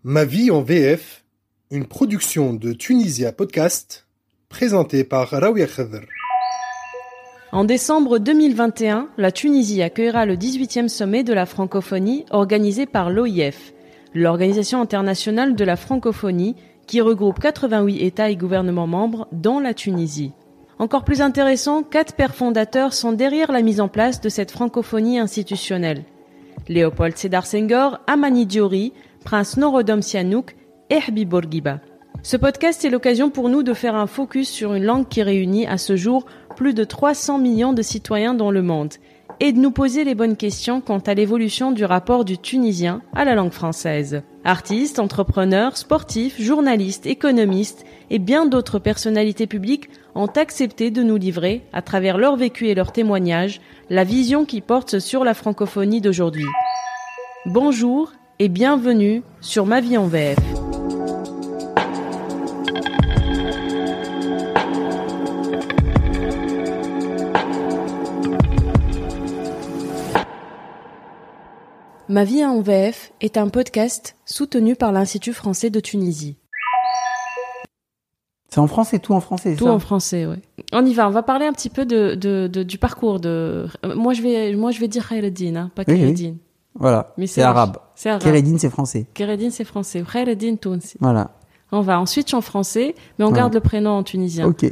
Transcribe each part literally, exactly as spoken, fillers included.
Ma vie en V F, une production de Tunisia Podcast, présentée par Raouia Khadr. En décembre deux mille vingt et un, la Tunisie accueillera le dix-huitième sommet de la francophonie organisé par l'O I F, l'Organisation internationale de la francophonie, qui regroupe quatre-vingt-huit États et gouvernements membres, dont la Tunisie. Encore plus intéressant, quatre pères fondateurs sont derrière la mise en place de cette francophonie institutionnelle. Léopold Sédar Senghor, Amani Diori, Prince Norodom Sihanouk et Habib Bourguiba. Ce podcast est l'occasion pour nous de faire un focus sur une langue qui réunit à ce jour plus de trois cents millions de citoyens dans le monde et de nous poser les bonnes questions quant à l'évolution du rapport du tunisien à la langue française. Artistes, entrepreneurs, sportifs, journalistes, économistes et bien d'autres personnalités publiques ont accepté de nous livrer, à travers leur vécu et leurs témoignages, la vision qui porte sur la francophonie d'aujourd'hui. Bonjour et bienvenue sur Ma vie en V F. Ma vie en V F est un podcast soutenu par l'Institut français de Tunisie. C'est en français, tout en français, c'est Tout ça en français, oui. On y va, on va parler un petit peu de, de, de, du parcours de... Moi, je vais, moi, je vais dire Khaireddine, hein, pas Oui, Khaireddine. oui. Voilà, Mais c'est, c'est arabe. C'est arabe. Khaireddine, c'est français. Khaireddine, c'est français. Khaireddine, Tounsi. Voilà. On va, on switch en français, mais on Ouais. garde le prénom en tunisien. Ok.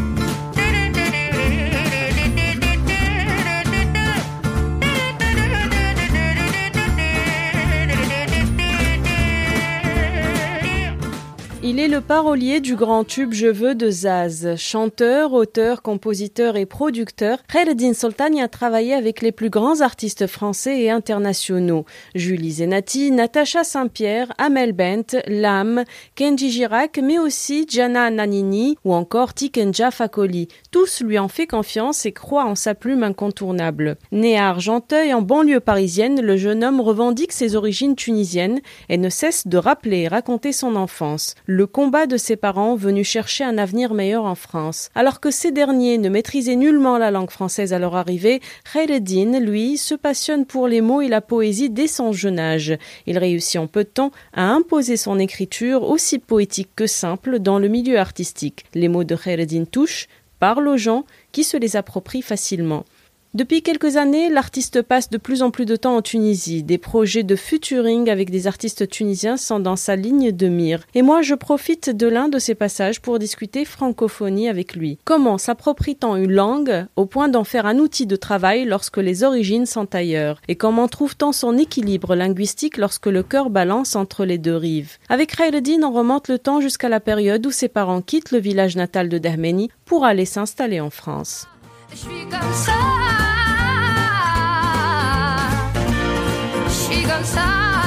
Il est le parolier du grand tube Je veux de Zaz. Chanteur, auteur, compositeur et producteur, Khaireddine Soltani a travaillé avec les plus grands artistes français et internationaux. Julie Zenati, Natacha Saint-Pierre, Amel Bent, Lam, Kenji Girac, mais aussi Gianna Nannini ou encore Tikenja Fakoli. Tous lui ont fait confiance et croient en sa plume incontournable. Né à Argenteuil, en banlieue parisienne, le jeune homme revendique ses origines tunisiennes et ne cesse de rappeler et raconter son enfance. Le combat de ses parents venus chercher un avenir meilleur en France. Alors que ces derniers ne maîtrisaient nullement la langue française à leur arrivée, Khaireddine, lui, se passionne pour les mots et la poésie dès son jeune âge. Il réussit en peu de temps à imposer son écriture aussi poétique que simple dans le milieu artistique. Les mots de Khaireddine touchent, parlent aux gens qui se les approprient facilement. Depuis quelques années, l'artiste passe de plus en plus de temps en Tunisie. Des projets de featuring avec des artistes tunisiens sont dans sa ligne de mire. Et moi, je profite de l'un de ces passages pour discuter francophonie avec lui. Comment s'approprie-t-on une langue au point d'en faire un outil de travail lorsque les origines sont ailleurs? Et comment trouve-t-on son équilibre linguistique lorsque le cœur balance entre les deux rives? Avec Khaireddine, on remonte le temps jusqu'à la période où ses parents quittent le village natal de Dahmeni pour aller s'installer en France. Je suis comme ça, je suis comme ça.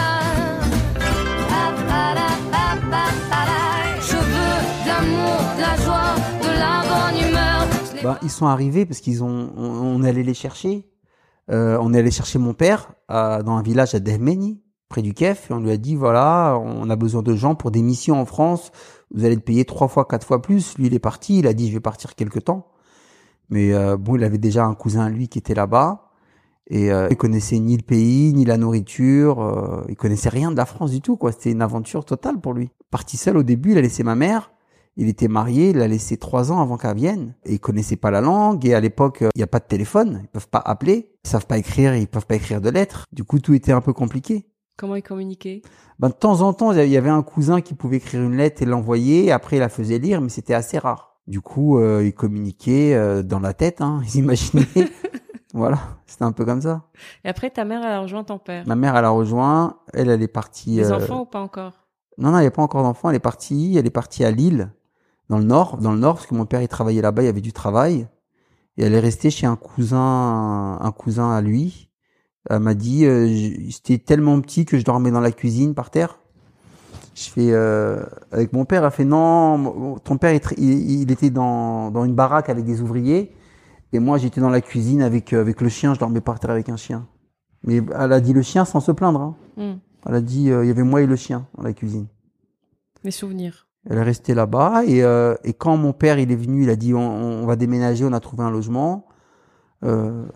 Je veux de l'amour, de la joie, de la bonne humeur. Bah, ils sont arrivés parce qu'ils ont, on, on est allé les chercher. Euh, on est allé chercher mon père à, dans un village à Dahmeni, près du Kef, et on lui a dit voilà, on a besoin de gens pour des missions en France. Vous allez te payer trois fois, quatre fois plus. Lui, il est parti. Il a dit je vais partir quelque temps. Mais euh, bon, il avait déjà un cousin à lui qui était là-bas et euh, il connaissait ni le pays, ni la nourriture, euh, il connaissait rien de la France du tout, quoi. C'était une aventure totale pour lui. Parti seul au début, il a laissé ma mère, il était marié, il l'a laissé trois ans avant qu'elle vienne et il connaissait pas la langue et à l'époque, il n'y a pas de téléphone, ils peuvent pas appeler, ils savent pas écrire, ils peuvent pas écrire de lettres. Du coup, tout était un peu compliqué. Comment ils communiquaient? Ben, de temps en temps, il y avait un cousin qui pouvait écrire une lettre et l'envoyer, après il la faisait lire, mais c'était assez rare. Du coup, euh, ils communiquaient euh, dans la tête, hein, ils imaginaient. Voilà, c'était un peu comme ça. Et après, ta mère, elle a rejoint ton père. Ma mère, elle a rejoint, elle, elle est partie... Des euh... enfants ou pas encore? Non, non, il n'y avait pas encore d'enfants, elle est partie, elle est partie à Lille, dans le nord, dans le nord, parce que mon père, il travaillait là-bas, il y avait du travail. Et elle est restée chez un cousin, un cousin à lui. Elle m'a dit, euh, c'était tellement petit que je dormais dans la cuisine, par terre. Je fais euh, avec mon père, elle fait non, ton père il, il était dans dans une baraque avec des ouvriers et moi j'étais dans la cuisine avec avec le chien, je dormais par terre avec un chien. Mais elle a dit le chien sans se plaindre. Hein. Mm. Elle a dit euh, il y avait moi et le chien dans la cuisine. Les souvenirs. Elle est restée là-bas et euh, et quand mon père il est venu, il a dit on, on va déménager, on a trouvé un logement. Euh,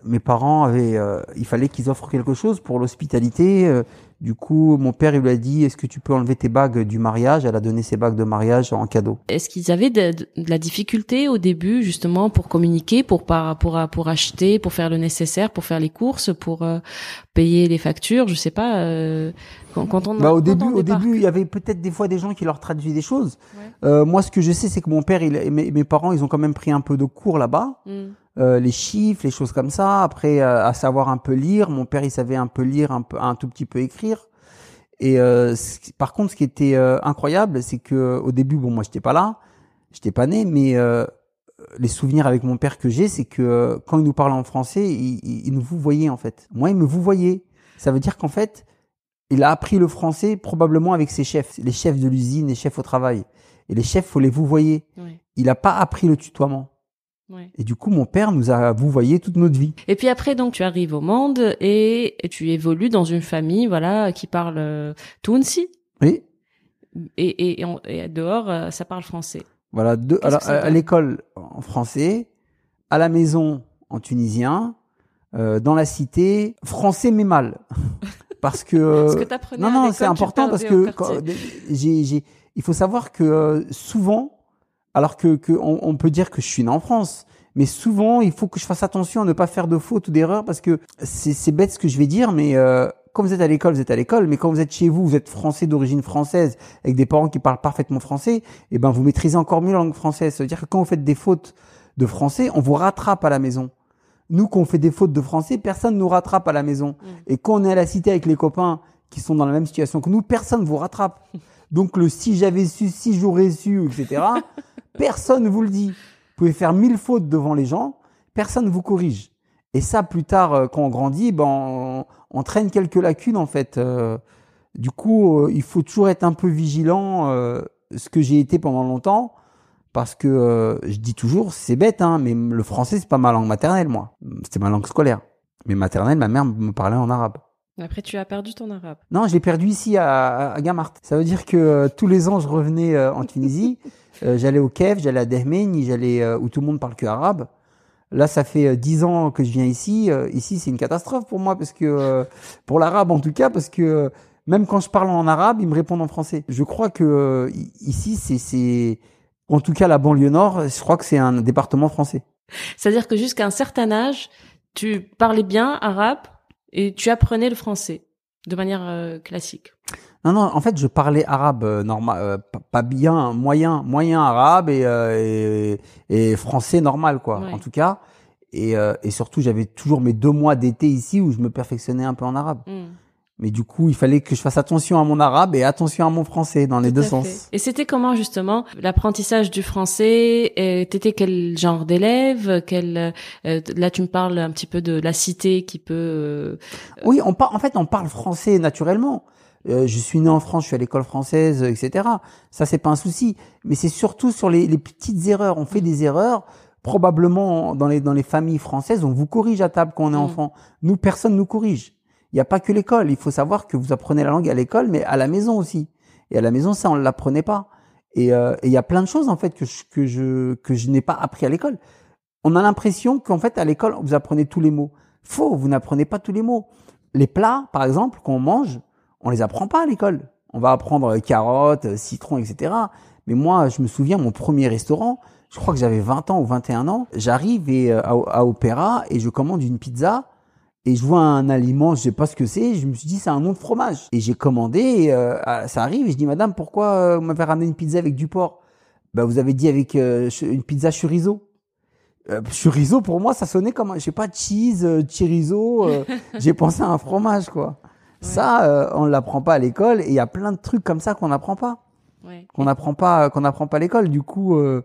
mes parents avaient, euh, il fallait qu'ils offrent quelque chose pour l'hospitalité. Euh, du coup, mon père, il lui a dit, est-ce que tu peux enlever tes bagues du mariage? Elle a donné ses bagues de mariage en cadeau. Est-ce qu'ils avaient de, de, de la difficulté au début, justement, pour communiquer, pour par, pour pour acheter, pour faire le nécessaire, pour faire les courses, pour euh, payer les factures, je sais pas. Euh, quand, quand on bah, au quand début, on au débarque... début, il y avait peut-être des fois des gens qui leur traduisaient des choses. Ouais. Euh, moi, ce que je sais, c'est que mon père, il, et mes, mes parents, ils ont quand même pris un peu de cours là-bas. Mm. Euh, les chiffres, les choses comme ça. Après, euh, à savoir un peu lire. Mon père, il savait un peu lire, un peu, un tout petit peu écrire. Et euh, c- par contre, ce qui était euh, incroyable, c'est que au début, bon, moi, j'étais pas là, j'étais pas né, mais euh, les souvenirs avec mon père que j'ai, c'est que euh, quand il nous parlait en français, il, il, il nous vous voyait en fait. Moi, il me vous voyait. Ça veut dire qu'en fait, il a appris le français probablement avec ses chefs, les chefs de l'usine, les chefs au travail. Et les chefs, faut les vous voyez. Ouais. Il a pas appris le tutoiement. Ouais. Et du coup, mon père nous a vouvoyé toute notre vie. Et puis après, donc, tu arrives au monde et, et tu évolues dans une famille, voilà, qui parle euh, Tounsi. Oui. Et, et, et, on- et dehors, euh, ça parle français. Voilà. Deux, Qu'est-ce alors, que ça à, à donne l'école en français, à la maison en tunisien, euh, dans la cité, français mais mal. Parce que. Ce que t'apprenais non, à non, l'école, c'est tu important parce perdais au que quartier. quand- j'ai, j'ai, il faut savoir que euh, souvent, alors que, que on, on peut dire que je suis né en France, mais souvent il faut que je fasse attention à ne pas faire de fautes ou d'erreurs parce que c'est, c'est bête ce que je vais dire, mais euh, quand vous êtes à l'école, vous êtes à l'école, mais quand vous êtes chez vous, vous êtes français d'origine française avec des parents qui parlent parfaitement français, et ben vous maîtrisez encore mieux la langue française. Ça veut dire que quand vous faites des fautes de français, on vous rattrape à la maison. Nous, quand on fait des fautes de français, personne nous rattrape à la maison. Mm. Et quand on est à la cité avec les copains qui sont dans la même situation que nous, personne vous rattrape. Donc le si j'avais su, si j'aurais su, et cetera, personne vous le dit. Vous pouvez faire mille fautes devant les gens, personne ne vous corrige. Et ça, plus tard, euh, quand on grandit, ben, on, on traîne quelques lacunes en fait. Euh, du coup, euh, il faut toujours être un peu vigilant, euh, ce que j'ai été pendant longtemps, parce que euh, je dis toujours, c'est bête, hein, mais le français, c'est pas ma langue maternelle, moi. C'était ma langue scolaire. Mais maternelle, ma mère me parlait en arabe. Après, tu as perdu ton arabe. Non, je l'ai perdu ici à, à Gamart. Ça veut dire que euh, tous les ans, je revenais euh, en Tunisie. Euh, j'allais au Kef, j'allais à Dahmeni, j'allais euh, où tout le monde parle que arabe. Là, ça fait euh, dix ans que je viens ici. Euh, ici, c'est une catastrophe pour moi parce que euh, pour l'arabe en tout cas, parce que euh, même quand je parle en arabe, ils me répondent en français. Je crois que euh, ici, c'est, c'est en tout cas la banlieue nord. Je crois que c'est un département français. C'est-à-dire que jusqu'à un certain âge, tu parlais bien arabe et tu apprenais le français de manière euh, classique. Non, non, en fait, je parlais arabe euh, normal, euh, pas, pas bien, moyen, moyen arabe et, euh, et, et français normal, quoi, Ouais. en tout cas. Et, euh, et surtout, j'avais toujours mes deux mois d'été ici où je me perfectionnais un peu en arabe. Mm. Mais du coup, il fallait que je fasse attention à mon arabe et attention à mon français dans les Tout deux à sens. fait. Et c'était comment justement l'apprentissage du français? Et t'étais quel genre d'élève? Quel euh, là tu me parles un petit peu de la cité qui peut. Euh, Oui, on par... en fait, on parle français naturellement. Euh, je suis né en France, je suis à l'école française, et cetera. Ça, c'est pas un souci. Mais c'est surtout sur les, les petites erreurs. On fait des erreurs. Probablement dans les dans les familles françaises, on vous corrige à table quand on est Mm. enfant. Nous, personne nous corrige. Il n'y a pas que l'école. Il faut savoir que vous apprenez la langue à l'école, mais à la maison aussi. Et à la maison, ça, on ne l'apprenait pas. Et euh, et il y a plein de choses en fait que je, que je que je n'ai pas appris à l'école. On a l'impression qu'en fait à l'école, vous apprenez tous les mots. Faux, vous n'apprenez pas tous les mots. Les plats, par exemple, qu'on mange, on les apprend pas à l'école. On va apprendre carottes, citron, et cetera. Mais moi, je me souviens, mon premier restaurant, je crois que j'avais vingt ans ou vingt et un ans. J'arrive et, euh, à, à Opéra et je commande une pizza et je vois un aliment, je sais pas ce que c'est. Je me suis dit, c'est un nom de fromage. Et j'ai commandé et euh, ça arrive et je dis, madame, pourquoi euh, vous m'avez ramené une pizza avec du porc? Ben, vous avez dit avec euh, une pizza chorizo. Euh, chorizo, pour moi, ça sonnait comme, je sais pas, cheese, euh, chorizo. Euh, j'ai pensé à un fromage, quoi. Ouais. Ça, euh, on l'apprend pas à l'école et il y a plein de trucs comme ça qu'on n'apprend pas. Ouais. Qu'on n'apprend pas, qu'on n'apprend pas à l'école. Du coup, euh,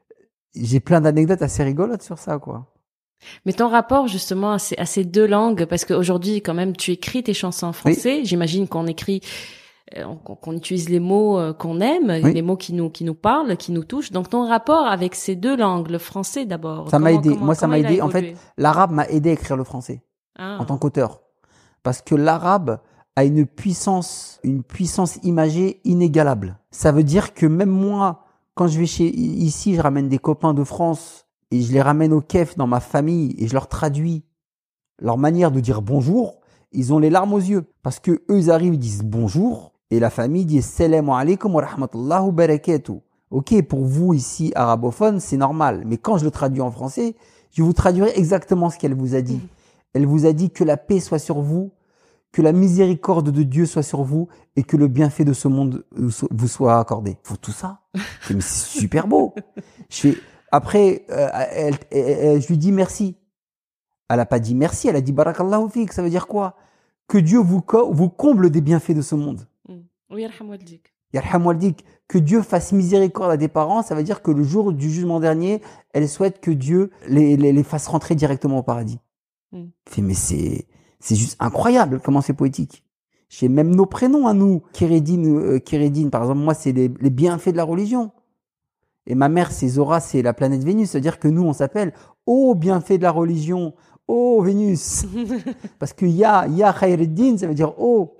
j'ai plein d'anecdotes assez rigolotes sur ça, quoi. Mais ton rapport justement à ces, à ces deux langues, parce qu'aujourd'hui quand même tu écris tes chansons en français, oui. J'imagine qu'on écrit, euh, qu'on, qu'on utilise les mots euh, qu'on aime, oui. Les mots qui nous qui nous parlent, qui nous touchent. Donc ton rapport avec ces deux langues, le français d'abord. Ça comment, m'a aidé. Comment, Moi, ça m'a aidé. En évolué? fait, l'arabe m'a aidé à écrire le français ah. en tant qu'auteur, parce que l'arabe a une puissance, une puissance imagée inégalable. Ça veut dire que même moi, quand je vais chez ici, je ramène des copains de France et je les ramène au Kef dans ma famille et je leur traduis leur manière de dire bonjour, ils ont les larmes aux yeux. Parce que eux, ils arrivent, ils disent bonjour, et la famille dit Assalamu alaikum wa rahmatullahi wa barakatuh. Ok, pour vous ici, arabophones, c'est normal. Mais quand je le traduis en français, je vous traduirai exactement ce qu'elle vous a dit. Mmh. Elle vous a dit que la paix soit sur vous, que la miséricorde de Dieu soit sur vous et que le bienfait de ce monde vous soit accordé. Faut tout ça. Mais c'est super beau. Je fais, après, euh, elle, elle, elle, je lui dis merci. Elle a pas dit merci, elle a dit barakallahu fik. Ça veut dire quoi? Que Dieu vous, vous comble des bienfaits de ce monde. Oui, yarham waldik. Yarham waldik. Que Dieu fasse miséricorde à des parents, ça veut dire que le jour du jugement dernier, elle souhaite que Dieu les, les, les fasse rentrer directement au paradis. Mm. Fait, mais c'est, c'est juste incroyable comment c'est poétique. J'ai même nos prénoms à nous. Kérédine, euh, Kérédine, par exemple, moi, c'est les, les bienfaits de la religion. Et ma mère, c'est Zora, c'est la planète Vénus. C'est-à-dire que nous, on s'appelle oh bienfait de la religion, oh Vénus. Parce que ya, ya Khaireddin, ça veut dire oh.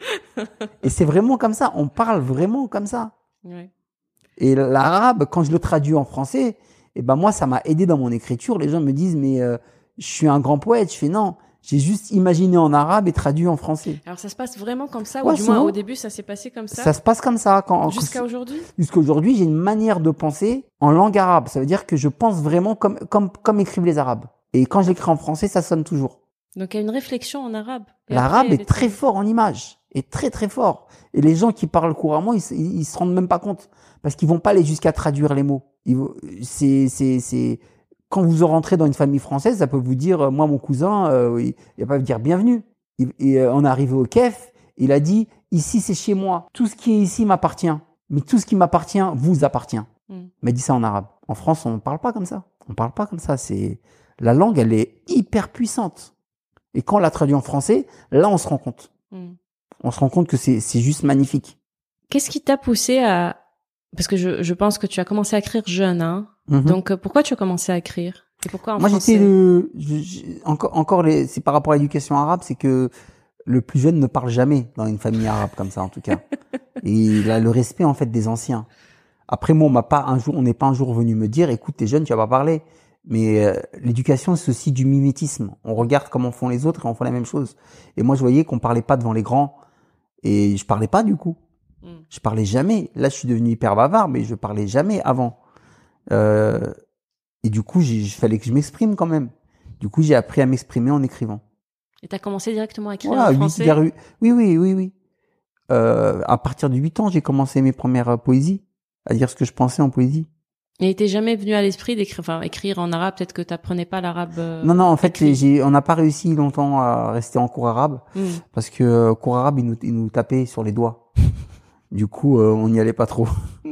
Et c'est vraiment comme ça. On parle vraiment comme ça. Ouais. Et l'arabe, quand je le traduis en français, eh ben moi, ça m'a aidé dans mon écriture. Les gens me disent, mais euh, je suis un grand poète. Je fais non. J'ai juste imaginé en arabe et traduit en français. Alors ça se passe vraiment comme ça, ouais, ou du moins au début ça s'est passé comme ça? Ça se passe comme ça. Quand, Jusqu'à aujourd'hui? Jusqu'à aujourd'hui, j'ai une manière de penser en langue arabe. Ça veut dire que je pense vraiment comme, comme, comme écrivent les arabes. Et quand je l'écris en français, ça sonne toujours. Donc il y a une réflexion en arabe. L'arabe est, est très fort en images. Est très très fort. Et les gens qui parlent couramment, ils, ils, ils se rendent même pas compte. Parce qu'ils vont pas aller jusqu'à traduire les mots. Ils, c'est, c'est, c'est, quand vous rentrez dans une famille française, ça peut vous dire, moi, mon cousin, euh, il, il va pas vous dire bienvenue. Il, et, euh, on est arrivé au Kef, il a dit, ici, c'est chez moi. Tout ce qui est ici m'appartient. Mais tout ce qui m'appartient vous appartient. Mm. Il m'a dit ça en arabe. En France, on ne parle pas comme ça. On parle pas comme ça. C'est, la langue, elle est hyper puissante. Et quand on la traduit en français, là, on se rend compte. Mm. On se rend compte que c'est, c'est juste magnifique. Qu'est-ce qui t'a poussé à, parce que je, je pense que tu as commencé à écrire jeune, hein. Mm-hmm. Donc, pourquoi tu as commencé à écrire? Et pourquoi en Moi, français? j'étais le, je, je, encore, encore les, c'est par rapport à l'éducation arabe, c'est que le plus jeune ne parle jamais dans une famille arabe comme ça, en tout cas. Et il a le respect, en fait, des anciens. Après, moi, on m'a pas un jour, on n'est pas un jour venu me dire, écoute, t'es jeune, tu vas pas parler. Mais euh, l'éducation, c'est aussi du mimétisme. On regarde comment font les autres et on fait la même chose. Et moi, je voyais qu'on parlait pas devant les grands. Et je parlais pas, du coup. Mm. Je parlais jamais. Là, je suis devenu hyper bavard, mais je parlais jamais avant. Euh, et du coup, il fallait que je m'exprime quand même. Du coup, j'ai appris à m'exprimer en écrivant. Et t'as commencé directement à écrire voilà, en français? huit, oui, oui, oui, oui. Euh, à partir de huit ans, j'ai commencé mes premières poésies, à dire ce que je pensais en poésie. Et t'es jamais venu à l'esprit d'écrire, enfin, écrire en arabe? Peut-être que t'apprenais pas l'arabe. Euh, non, non, en fait, j'ai, on n'a pas réussi longtemps à rester en cours arabe, mm. parce que euh, cours arabe, ils nous, ils nous tapaient sur les doigts. Du coup, euh, on n'y allait pas trop.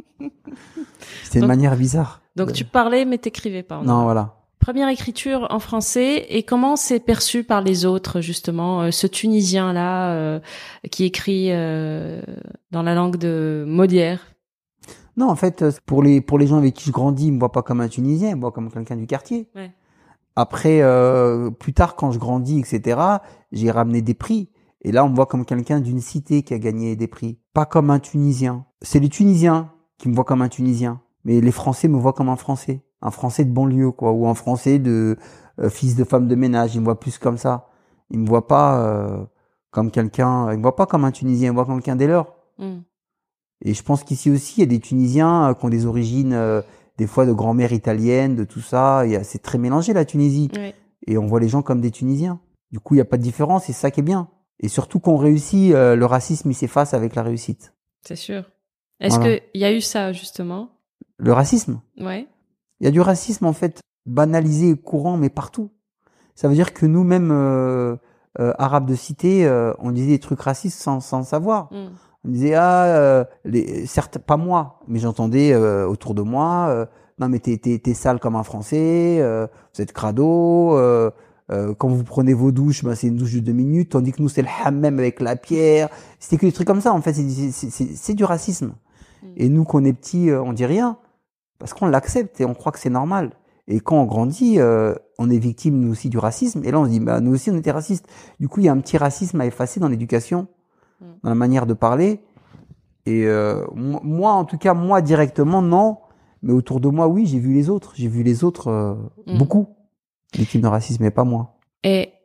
C'était une manière bizarre. Donc, de... tu parlais, mais t'écrivais pas. Non, voilà. Première écriture en français, et comment c'est perçu par les autres, justement, euh, ce Tunisien-là euh, qui écrit euh, dans la langue de Molière? Non, en fait, pour les pour les gens avec qui je grandis, ils me voient pas comme un Tunisien, ils me voient comme quelqu'un du quartier. Ouais. Après, euh, plus tard, quand je grandis, et cetera, j'ai ramené des prix. Et là, on me voit comme quelqu'un d'une cité qui a gagné des prix. Pas comme un Tunisien. C'est les Tunisiens qui me voient comme un Tunisien. Mais les Français me voient comme un Français. Un Français de banlieue, quoi. Ou un Français de euh, fils de femme de ménage. Ils me voient plus comme ça. Ils me voient pas euh, comme quelqu'un... Ils me voient pas comme un Tunisien. Ils me voient comme quelqu'un des leurs. Mm. Et je pense qu'ici aussi, il y a des Tunisiens qui ont des origines, euh, des fois de grand-mère italienne, de tout ça. Il y a, c'est très mélangé, la Tunisie. Ouais. Et on voit les gens comme des Tunisiens. Du coup, il n'y a pas de différence, c'est ça qui est bien. Et surtout qu'on réussit, euh, le racisme, il s'efface avec la réussite. C'est sûr. Est-ce voilà. qu'il y a eu ça, justement? Le racisme? Ouais. Il y a du racisme, en fait, banalisé et courant, mais partout. Ça veut dire que nous-mêmes, euh, euh, arabes de cité, euh, on disait des trucs racistes sans, sans le savoir. Mm. On disait, ah, euh, les, certes, pas moi, mais j'entendais euh, autour de moi, euh, non mais t'es, t'es, t'es sale comme un Français, euh, vous êtes crado, euh, euh, quand vous prenez vos douches, bah, c'est une douche de deux minutes, tandis que nous c'est le hammam avec la pierre. C'était que des trucs comme ça, en fait, c'est, c'est, c'est, c'est du racisme. Mmh. Et nous, qu'on est petits, euh, on dit rien, parce qu'on l'accepte et on croit que c'est normal. Et quand on grandit, euh, on est victime, nous aussi, du racisme, et là on se dit, bah, nous aussi on était racistes. Du coup, il y a un petit racisme à effacer dans l'éducation, dans la manière de parler. Et euh, moi, en tout cas, moi directement, non. Mais autour de moi, oui, j'ai vu les autres. J'ai vu les autres euh, mmh. beaucoup. Victimes de racisme, mais pas moi. Et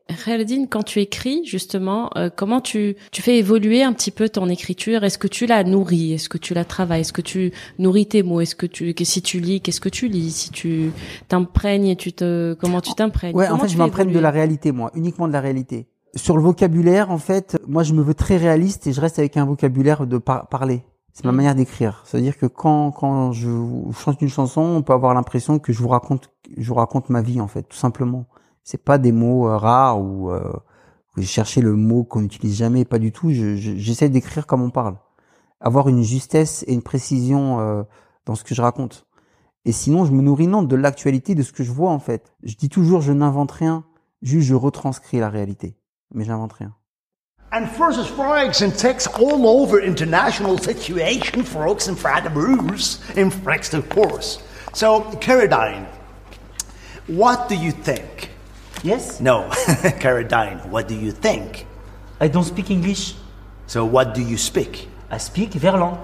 Khaireddine, quand tu écris, justement, euh, comment tu, tu fais évoluer un petit peu ton écriture? Est-ce que tu la nourris? Est-ce que tu la travailles? Est-ce que tu nourris tes mots? Est-ce que tu, que si tu lis, qu'est-ce que tu lis? Si tu t'imprègnes, tu te, comment tu t'imprègnes? Ouais, comment en fait, je m'imprègne de la réalité, moi, uniquement de la réalité. Sur le vocabulaire, en fait, moi, je me veux très réaliste et je reste avec un vocabulaire de par- parler. C'est ma Mmh. manière d'écrire. C'est-à-dire que quand, quand je chante une chanson, on peut avoir l'impression que je vous raconte, je vous raconte ma vie, en fait, tout simplement. C'est pas des mots euh, rares ou euh, j'ai cherché le mot qu'on n'utilise jamais, pas du tout. Je, je, j'essaie d'écrire comme on parle, avoir une justesse et une précision euh, dans ce que je raconte. Et sinon, je me nourris non de l'actualité, de ce que je vois en fait. Je dis toujours, je n'invente rien, juste je retranscris la réalité, mais j'invente rien. And versus frogs and takes all over international situation, frogs and frattermoos in frogs of course. So, Caradine, what do you think? Yes? No, Caradine, what do you think? I don't speak English. So what do you speak? I speak verlan.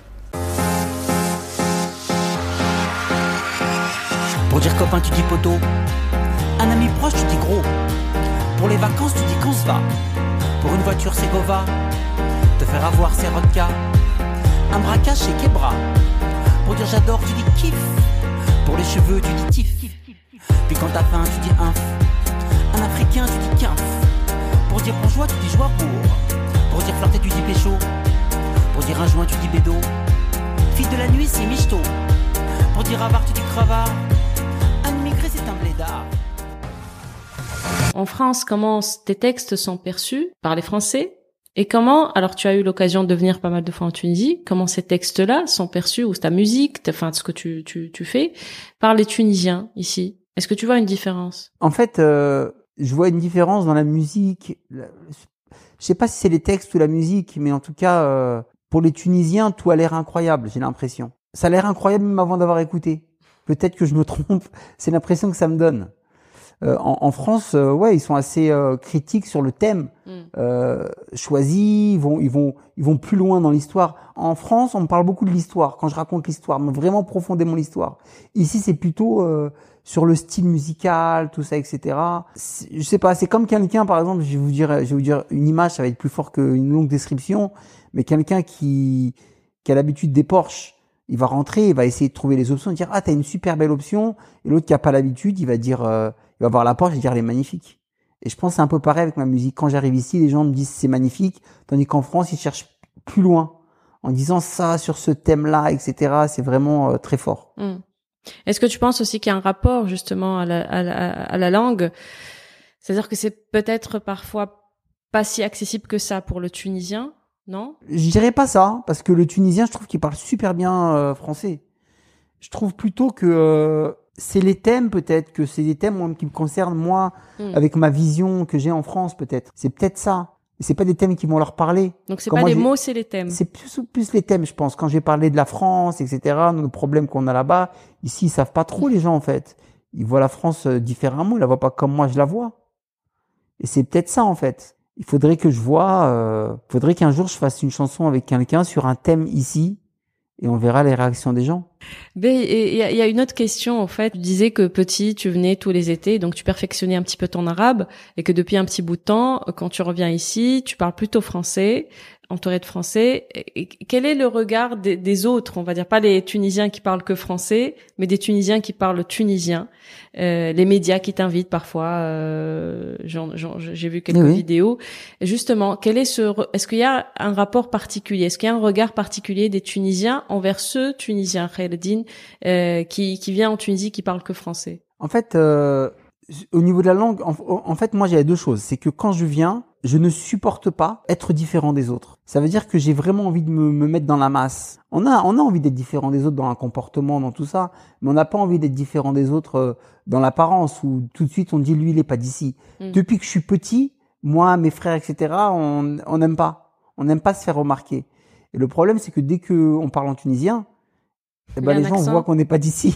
Pour dire copain, tu dis poteau. Un ami proche, tu dis gros. Pour les vacances, tu dis qu'on se va. Pour une voiture, c'est Gova. Te faire avoir, c'est Rodka. Un braquage, c'est Kebra. Pour dire j'adore, tu dis kiff. Pour les cheveux, tu dis tif. Puis quand t'as faim, tu dis inf. Un africain, tu dis quinf. Pour dire bourgeois, tu dis joie pour. Pour dire flirter, tu dis pécho. Pour dire un joint, tu dis bédo. Fille de la nuit, c'est michto. Pour dire avare, tu dis crevard. Un immigré, c'est un blédard. En France, comment tes textes sont perçus par les Français? Et comment, alors tu as eu l'occasion de venir pas mal de fois en Tunisie, comment ces textes-là sont perçus, ou ta musique, enfin ce que tu, tu, tu fais, par les Tunisiens ici? Est-ce que tu vois une différence? En fait, euh, je vois une différence dans la musique. Je sais pas si c'est les textes ou la musique, mais en tout cas, euh, pour les Tunisiens, tout a l'air incroyable, j'ai l'impression. Ça a l'air incroyable même avant d'avoir écouté. Peut-être que je me trompe, c'est l'impression que ça me donne. Euh, en, en France, euh, ouais, ils sont assez euh, critiques sur le thème mm. euh, choisi. Ils vont, ils vont, ils vont plus loin dans l'histoire. En France, on me parle beaucoup de l'histoire. Quand je raconte l'histoire, vraiment profondément l'histoire. Ici, c'est plutôt euh, sur le style musical, tout ça, et cetera. C'est, je sais pas. C'est comme quelqu'un, par exemple, je vais vous dire, je vais vous dire une image, ça va être plus fort qu'une longue description. Mais quelqu'un qui, qui a l'habitude des Porsche. Il va rentrer, il va essayer de trouver les options, dire ah t'as une super belle option. Et l'autre qui a pas l'habitude, il va dire euh, il va voir la Porsche et dire elle est magnifique. Et je pense que c'est un peu pareil avec ma musique. Quand j'arrive ici, les gens me disent c'est magnifique, tandis qu'en France, ils cherchent plus loin, en disant ça sur ce thème-là, et cetera. C'est vraiment euh, très fort. Mmh. Est-ce que tu penses aussi qu'il y a un rapport justement à la, à la, à la langue? C'est-à-dire que c'est peut-être parfois pas si accessible que ça pour le Tunisien, non? Je dirais pas ça, parce que le Tunisien, je trouve qu'il parle super bien euh, français. Je trouve plutôt que euh, c'est les thèmes peut-être, que c'est des thèmes moi, qui me concernent moi, mmh. avec ma vision que j'ai en France peut-être. C'est peut-être ça. C'est pas des thèmes qui vont leur parler. Donc c'est Quand pas moi, les j'ai... mots, c'est les thèmes. C'est plus, plus les thèmes, je pense. Quand j'ai parlé de la France, et cetera, nos problèmes qu'on a là-bas, ici, ils savent pas trop les gens en fait. Ils voient la France différemment, ils la voient pas comme moi je la vois. Et c'est peut-être ça en fait. Il faudrait que je vois, euh, faudrait qu'un jour je fasse une chanson avec quelqu'un sur un thème ici, et on verra les réactions des gens. Ben, il y a, y a une autre question, en fait. Tu disais que petit, tu venais tous les étés, donc tu perfectionnais un petit peu ton arabe, et que depuis un petit bout de temps, quand tu reviens ici, tu parles plutôt français, entouré de français. Et quel est le regard des, des autres, on va dire, pas les Tunisiens qui parlent que français, mais des Tunisiens qui parlent tunisien, euh, les médias qui t'invitent parfois, euh, j'en, j'en, j'ai vu quelques oui. vidéos. Et justement, quel est ce, est-ce qu'il y a un rapport particulier, est-ce qu'il y a un regard particulier des Tunisiens envers ce Tunisien, Khaireddine, euh, qui, qui vient en Tunisie, qui parle que français? En fait, euh, au niveau de la langue, en, en fait, moi, j'ai deux choses. C'est que quand je viens, je ne supporte pas être différent des autres. Ça veut dire que j'ai vraiment envie de me, me mettre dans la masse. On a, on a envie d'être différent des autres dans un comportement, dans tout ça, mais on n'a pas envie d'être différent des autres euh, dans l'apparence, où tout de suite on dit lui il est pas d'ici. Mmh. Depuis que je suis petit, moi, mes frères, et cetera, on on n'aime pas, on n'aime pas se faire remarquer. Et le problème, c'est que dès que on parle en tunisien, eh ben les gens accent. voient qu'on n'est pas d'ici.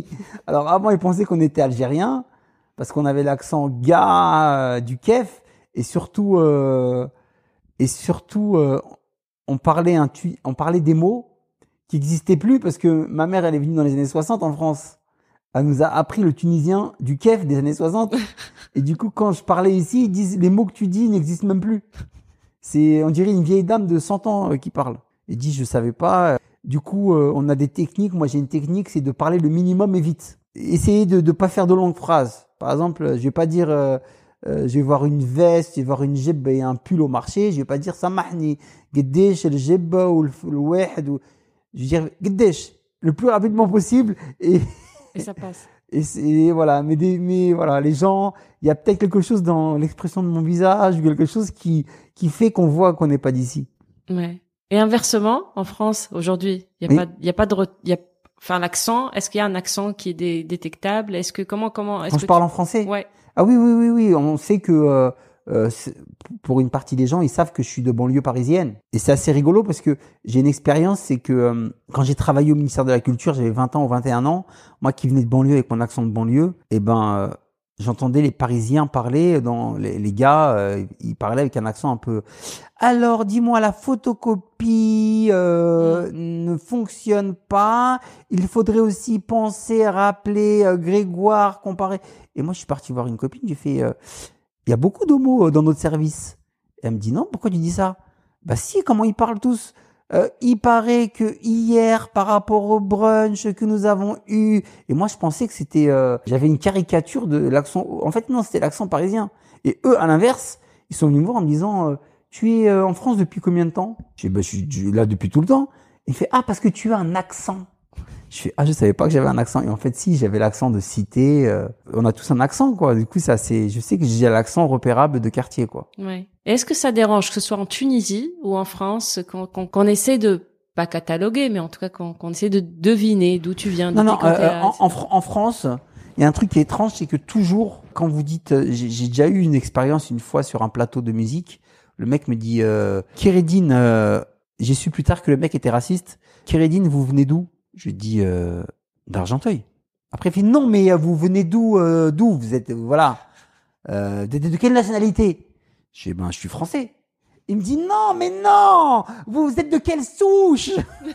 Alors avant, ils pensaient qu'on était algérien parce qu'on avait l'accent gars euh, du kef. Et surtout, euh, et surtout, euh, on parlait un tu, on parlait des mots qui n'existaient plus parce que ma mère, elle est venue dans les années soixante en France. elle nous a appris le tunisien du kef des années soixante. Et du coup, quand je parlais ici, ils disent les mots que tu dis n'existent même plus. C'est, on dirait une vieille dame de cent ans euh, qui parle. Et dit, je savais pas. Du coup, euh, on a des techniques. Moi, j'ai une technique, c'est de parler le minimum et vite. Essayez de ne pas faire de longues phrases. Par exemple, je vais pas dire, euh, euh, je vais voir une veste, je vais voir une jibba et un pull au marché. Je vais pas dire, samahni, gdesh, le jibba ou le wahed. Ou... Je vais dire, gdesh, le plus rapidement possible. Et, et ça passe. Et c'est, voilà, mais des, mais voilà, les gens, il y a peut-être quelque chose dans l'expression de mon visage ou quelque chose qui, qui fait qu'on voit qu'on n'est pas d'ici. Ouais. Et inversement, en France, aujourd'hui, il y a oui. pas, il y a pas de, il y a, enfin, l'accent, est-ce qu'il y a un accent qui est dé, détectable? Est-ce que, comment, comment, est-ce Quand que je parle tu... en français? Ouais. Ah oui, oui, oui, oui, on sait que, euh, euh, pour une partie des gens, ils savent que je suis de banlieue parisienne. Et c'est assez rigolo parce que j'ai une expérience, c'est que euh, quand j'ai travaillé au ministère de la Culture, j'avais vingt ans ou vingt et un ans, moi qui venais de banlieue avec mon accent de banlieue, et ben euh, j'entendais les Parisiens parler, dans les, les gars, euh, ils parlaient avec un accent un peu... Alors, dis-moi, la photocopie euh, mmh. ne fonctionne pas. Il faudrait aussi penser à rappeler euh, Grégoire, comparer... Et moi, je suis parti voir une copine, j'ai fait... Euh, il y a beaucoup d'homos dans notre service. Et elle me dit, non, pourquoi tu dis ça? Bah si, comment ils parlent tous? euh, Il paraît que hier, par rapport au brunch que nous avons eu... Et moi, je pensais que c'était... Euh, j'avais une caricature de l'accent... En fait, non, c'était l'accent parisien. Et eux, à l'inverse, ils sont venus me voir en me disant, euh, tu es euh, en France depuis combien de temps? Je dis, bah, je suis là depuis tout le temps. Il fait, ah, parce que tu as un accent. Je fais, ah, je savais pas que j'avais un accent. Et en fait, si, j'avais l'accent de cité. Euh, on a tous un accent, quoi. Du coup, ça, c'est, je sais que j'ai l'accent repérable de quartier, quoi. Ouais. Et est-ce que ça dérange que ce soit en Tunisie ou en France, qu'on, qu'on, qu'on essaie de, pas cataloguer, mais en tout cas, qu'on, qu'on essaie de deviner d'où tu viens? Non, non, euh, en, en, en France, il y a un truc qui est étrange, c'est que toujours, quand vous dites, j'ai, j'ai déjà eu une expérience une fois sur un plateau de musique, le mec me dit, euh, Kérédine, euh, j'ai su plus tard que le mec était raciste. Kérédine, vous venez d'où? Je lui dis euh, d'Argenteuil. Après, il fait non, mais vous venez d'où euh, D'où vous êtes Voilà. Euh, de, de, de quelle nationalité? Je dis ben, je suis français. Il me dit non, mais non. Vous êtes de quelle souche?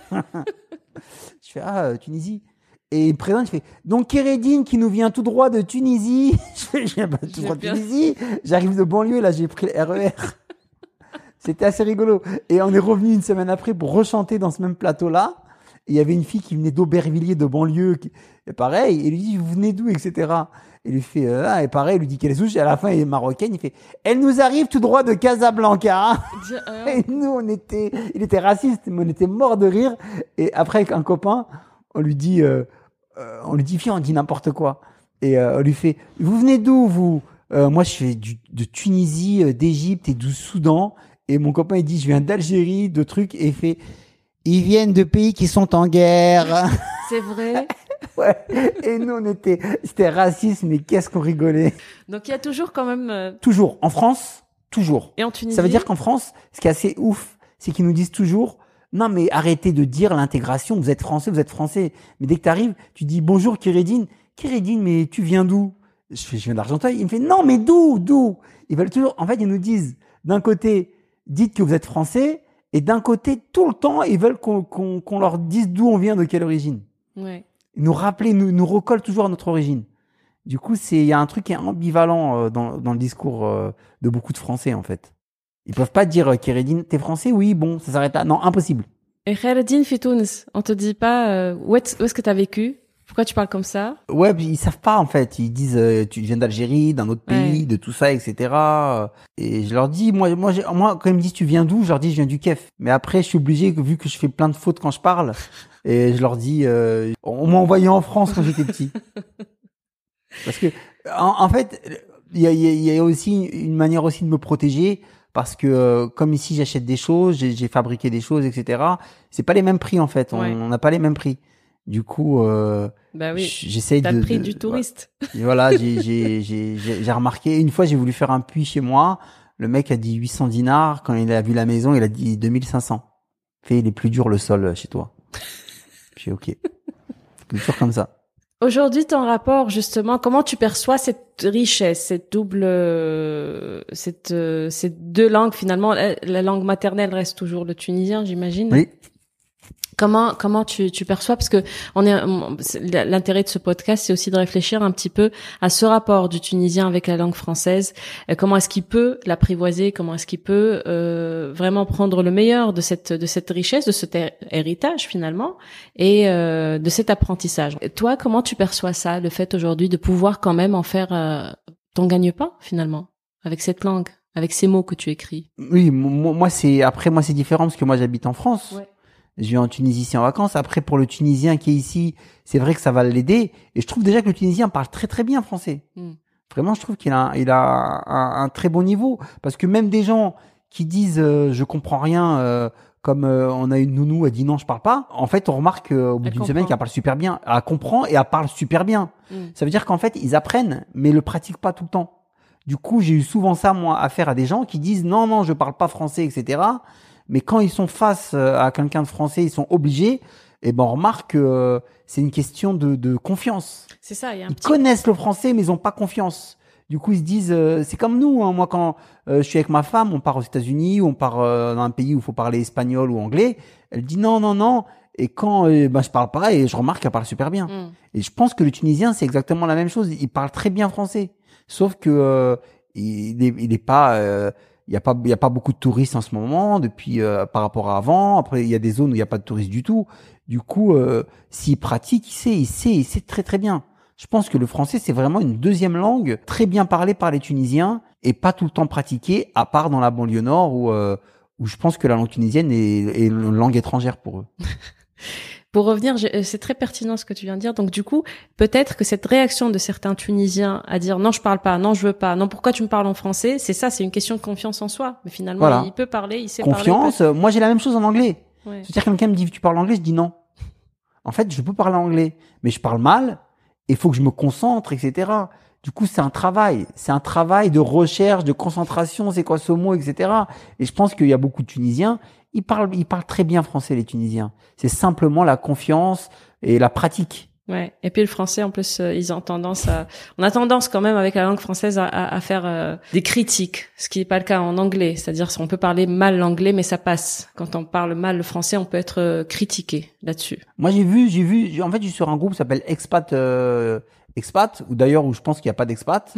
Je fais ah euh, Tunisie. Et il me présente, je fais donc Kérédine qui nous vient tout droit de Tunisie. Je fais je viens pas tout droit de Tunisie. J'arrive de banlieue, là j'ai pris le R E R. C'était assez rigolo. Et on est revenu une semaine après pour rechanter dans ce même plateau-là. Et il y avait une fille qui venait d'Aubervilliers, de banlieue, qui, et pareil, et lui dit, vous venez d'où, et cetera. Et lui fait, euh, ah, et pareil, il lui dit qu'elle est souche, et à la fin, elle est marocaine, il fait, elle nous arrive tout droit de Casablanca. Et nous, on était, il était raciste, mais on était mort de rire. Et après, avec un copain, on lui dit, euh, euh, on lui dit, viens, on dit n'importe quoi. Et euh, on lui fait, vous venez d'où, vous? euh, Moi, je fais du, de Tunisie, euh, d'Égypte et du Soudan. Et mon copain, il dit, je viens d'Algérie, de trucs, et il fait, ils viennent de pays qui sont en guerre. C'est vrai. Ouais. Et nous, on était, c'était raciste, mais qu'est-ce qu'on rigolait. Donc, il y a toujours quand même... Euh... Toujours. En France, toujours. Et en Tunisie? Ça veut dire qu'en France, ce qui est assez ouf, c'est qu'ils nous disent toujours, non, mais arrêtez de dire l'intégration, vous êtes français, vous êtes français. Mais dès que t'arrives, tu dis, bonjour, Kérédine. Kérédine, mais tu viens d'où? Je fais, je viens d'Argenteuil. Il me fait, non, mais d'où, d'où? Ils veulent toujours, en fait, ils nous disent, d'un côté, dites que vous êtes français, et d'un côté, tout le temps, ils veulent qu'on, qu'on, qu'on leur dise d'où on vient, de quelle origine. Ouais. Nous rappeler, nous, nous recolle toujours à notre origine. Du coup, c'est, il y a un truc qui est ambivalent euh, dans, dans le discours euh, de beaucoup de Français, en fait. Ils peuvent pas dire, euh, Kérédine, t'es français? Oui, bon, ça s'arrête là. Non, impossible. Et Kérédine, Fitounes, on te dit pas, euh, où est-ce, où est-ce que t'as vécu? Pourquoi tu parles comme ça? Ouais, ils savent pas, en fait. Ils disent, euh, tu viens d'Algérie, d'un autre pays, ouais. de tout ça, et cetera. Et je leur dis, moi, moi, j'ai, moi, quand ils me disent, tu viens d'où? Je leur dis, je viens du Kef. Mais après, je suis obligé, vu que je fais plein de fautes quand je parle, et je leur dis, euh, on m'a envoyé en France quand j'étais petit. Parce que, en, en fait, il y a, y a aussi une manière aussi de me protéger, parce que, euh, comme ici, j'achète des choses, j'ai, j'ai fabriqué des choses, et cetera. C'est pas les mêmes prix, en fait. On ouais. n'a pas les mêmes prix. Du coup, euh, bah oui. j'essaye de... T'as le prix de, du touriste. Voilà, j'ai, j'ai, j'ai, j'ai, j'ai remarqué. Une fois, j'ai voulu faire un puits chez moi. Le mec a dit huit cents dinars. Quand il a vu la maison, il a dit deux mille cinq cents. Fait, il est plus dur le sol chez toi. J'ai ok. Plus dur comme ça. Aujourd'hui, ton rapport, justement, comment tu perçois cette richesse, cette double, euh, cette, euh, ces deux langues finalement? La, la langue maternelle reste toujours le tunisien, j'imagine. Oui. Comment comment tu tu perçois, parce que on est l'intérêt de ce podcast, c'est aussi de réfléchir un petit peu à ce rapport du tunisien avec la langue française. Comment est-ce qu'il peut l'apprivoiser, comment est-ce qu'il peut euh, vraiment prendre le meilleur de cette de cette richesse, de cet héritage finalement, et euh, de cet apprentissage. Et toi, comment tu perçois ça, le fait aujourd'hui de pouvoir quand même en faire euh, ton gagne-pain finalement avec cette langue, avec ces mots que tu écris? Oui, moi, moi c'est après moi c'est différent parce que moi j'habite en France. Ouais. Je vais en Tunisie ici en vacances. Après, pour le Tunisien qui est ici, c'est vrai que ça va l'aider. Et je trouve déjà que le Tunisien parle très très bien français. Mm. Vraiment, je trouve qu'il a, il a un, un très bon niveau. Parce que même des gens qui disent euh, je comprends rien, euh, comme euh, on a une nounou, elle dit non, je parle pas. En fait, on remarque euh, au bout elle d'une comprend. semaine qu'elle parle super bien. Elle comprend et elle parle super bien. Mm. Ça veut dire qu'en fait, ils apprennent, mais le pratiquent pas tout le temps. Du coup, j'ai eu souvent ça, moi, à faire à des gens qui disent non, non, je parle pas français, et cetera. Mais quand ils sont face à quelqu'un de français, ils sont obligés. Et ben on remarque que euh, c'est une question de, de confiance. C'est ça. Il y a un ils petit... connaissent le français, mais ils ont pas confiance. Du coup, ils se disent, euh, c'est comme nous. Hein, moi, quand euh, je suis avec ma femme, on part aux États-Unis, on part euh, dans un pays où il faut parler espagnol ou anglais. Elle dit non, non, non. Et quand euh, ben je parle pas, et je remarque qu'elle parle super bien. Mm. Et je pense que le Tunisien, c'est exactement la même chose. Il parle très bien français, sauf que euh, il est, il est pas euh, il y a pas il y a pas beaucoup de touristes en ce moment depuis euh, par rapport à avant. Après il y a des zones où il y a pas de touristes du tout. Du coup euh, s'il pratique, il sait, il sait, il sait très très bien. Je pense que le français c'est vraiment une deuxième langue très bien parlée par les Tunisiens et pas tout le temps pratiquée, à part dans la banlieue nord où euh, où je pense que la langue tunisienne est, est une langue étrangère pour eux. Pour revenir, c'est très pertinent ce que tu viens de dire. Donc du coup, peut-être que cette réaction de certains Tunisiens à dire non, je parle pas, non, je veux pas, non, pourquoi tu me parles en français, c'est ça, c'est une question de confiance en soi. Mais finalement, voilà. il peut parler, il sait confiance, parler. Confiance. Peut... Moi, j'ai la même chose en anglais. Ouais. C'est-à-dire quelqu'un me dit tu parles anglais, je dis non. En fait, je peux parler anglais, mais je parle mal. Il faut que je me concentre, et cetera. Du coup, c'est un travail. C'est un travail de recherche, de concentration. C'est quoi ce mot, et cetera. Et je pense qu'il y a beaucoup de Tunisiens. Ils parlent, ils parlent très bien français, les Tunisiens. C'est simplement la confiance et la pratique. Ouais. Et puis le français, en plus, euh, ils ont tendance à, on a tendance quand même avec la langue française à, à, à faire euh, des critiques, ce qui n'est pas le cas en anglais. C'est-à-dire, on peut parler mal l'anglais, mais ça passe. Quand on parle mal le français, on peut être euh, critiqué là-dessus. Moi, j'ai vu, j'ai vu, en fait, je suis sur un groupe qui s'appelle Expat, euh, Expat, ou d'ailleurs où je pense qu'il n'y a pas d'expat.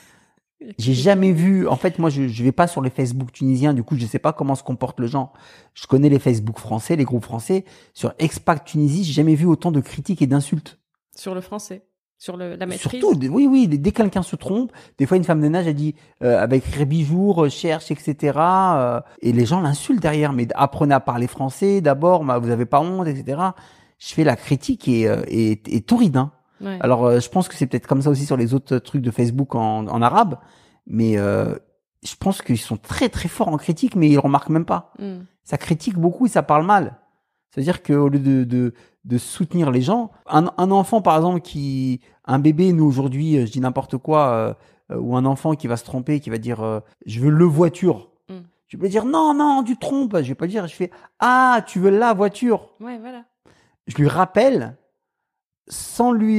J'ai jamais vu, en fait, moi, je, je vais pas sur les Facebook tunisiens, du coup, je sais pas comment se comportent les gens. Je connais les Facebook français, les groupes français. Sur Expat Tunisie, j'ai jamais vu autant de critiques et d'insultes. Sur le français, sur le, la maîtrise. Surtout, oui, oui, dès que quelqu'un se trompe, des fois, une femme de nage a dit, euh, avec Rébijour, cherche, et cetera. Euh, et les gens l'insultent derrière, mais apprenez à parler français d'abord, bah, vous avez pas honte, et cetera. Je fais la critique et, euh, et, et touride, hein. Ouais. Alors, euh, je pense que c'est peut-être comme ça aussi sur les autres trucs de Facebook en, en arabe, mais euh, je pense qu'ils sont très très forts en critique, mais ils remarquent même pas. Mm. Ça critique beaucoup et ça parle mal. C'est-à-dire qu'au lieu de, de, de soutenir les gens, un, un enfant par exemple qui, un bébé, nous aujourd'hui, je dis n'importe quoi, euh, ou un enfant qui va se tromper, qui va dire euh, je veux le voiture. Mm. Je vais dire non non, tu te trompes. Je vais pas dire, je fais ah tu veux la voiture. Ouais voilà. Je lui rappelle. Sans lui,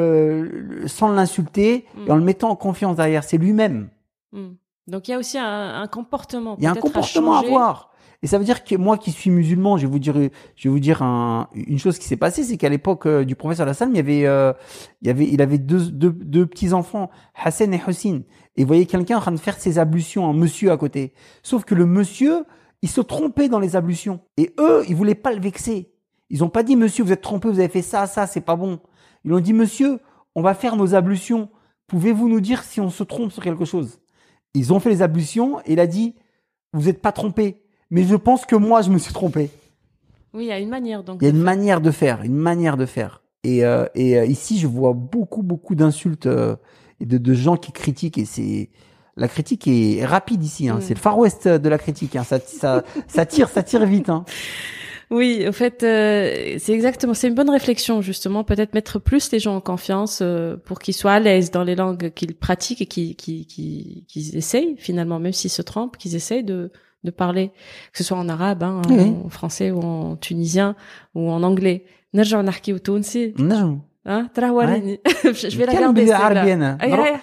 euh, sans l'insulter mmh. et en le mettant en confiance derrière, c'est lui-même. Mmh. Donc il y a aussi un, un comportement. Il y a un comportement à, à avoir. Et ça veut dire que moi qui suis musulman, je vais vous dire, je vais vous dire un, une chose qui s'est passée, c'est qu'à l'époque euh, du professeur Hassan, il y avait, euh, il y avait, il avait deux, deux, deux petits enfants, Hassan et Hussein, et vous voyez quelqu'un en train de faire ses ablutions, un monsieur à côté. Sauf que le monsieur, il se trompait dans les ablutions, et eux, ils voulaient pas le vexer. Ils ont pas dit, monsieur, vous êtes trompé, vous avez fait ça, ça, c'est pas bon. Ils ont dit, monsieur, on va faire nos ablutions. Pouvez-vous nous dire si on se trompe sur quelque chose? Ils ont fait les ablutions et il a dit, vous n'êtes pas trompé. Mais je pense que moi, je me suis trompé. Oui, il y a une manière. Donc il y a une faire. manière de faire, une manière de faire. Et, euh, et euh, ici, je vois beaucoup, beaucoup d'insultes euh, et de, de gens qui critiquent. Et c'est la critique est rapide ici. Hein. Mmh. C'est le Far West de la critique. Hein. Ça, ça, ça tire, ça tire vite. Hein. Oui, au fait, euh, c'est exactement, c'est une bonne réflexion justement, peut-être mettre plus les gens en confiance euh, pour qu'ils soient à l'aise dans les langues qu'ils pratiquent et qu'ils, qu'ils, qu'ils, qu'ils essayent finalement, même s'ils se trompent, qu'ils essayent de de parler, que ce soit en arabe, hein, oui. en français ou en tunisien ou en anglais. نرجع نحكي وتونسي. نرجع. Hein, تراوريني. Je vais la garder celle-là.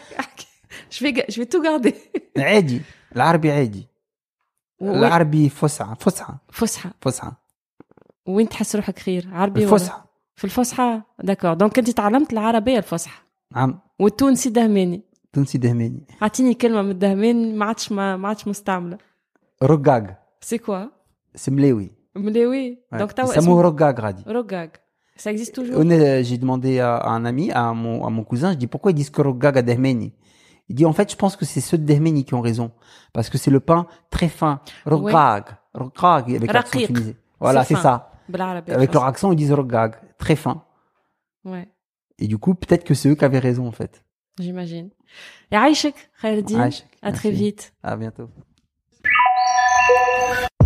Je vais je vais tout garder. عادي. العربي عادي. العربي فصحى فصحى فصحى فصحى وين تحس روحك خير عربي ولا الفصحى. في الفصحى داكور دونك انت تعلمت العربيه الفصحى نعم. والتونسي دهماني تونسي دهماني. اعطيني كلمه من الدهمان ما عادش ما, ما عادش مستعمله رقاق. سي كوا سملاوي. ملاوي Ouais. دونك Ils توا s'appellent رقاق غادي. رقاق ça existe toujours On est- J'ai demandé à un ami, à mon, à mon cousin, je dis pourquoi ils disent que Rogag à Dehmeni. Il dit en fait, je pense que c'est ceux de Dehmeni qui ont raison. Parce que c'est le pain très fin. Rogag. Rogag, avec l'accent Raqiq. tunisien. Voilà, C'est c'est fin. ça. بالعربي Avec leur accent, ils disent Rogag. Très fin. ouais Et du coup, peut-être que c'est eux qui avaient raison en fait. j'imagine يعيشك خير الدين عايشك. à très Merci. vite À bientôt.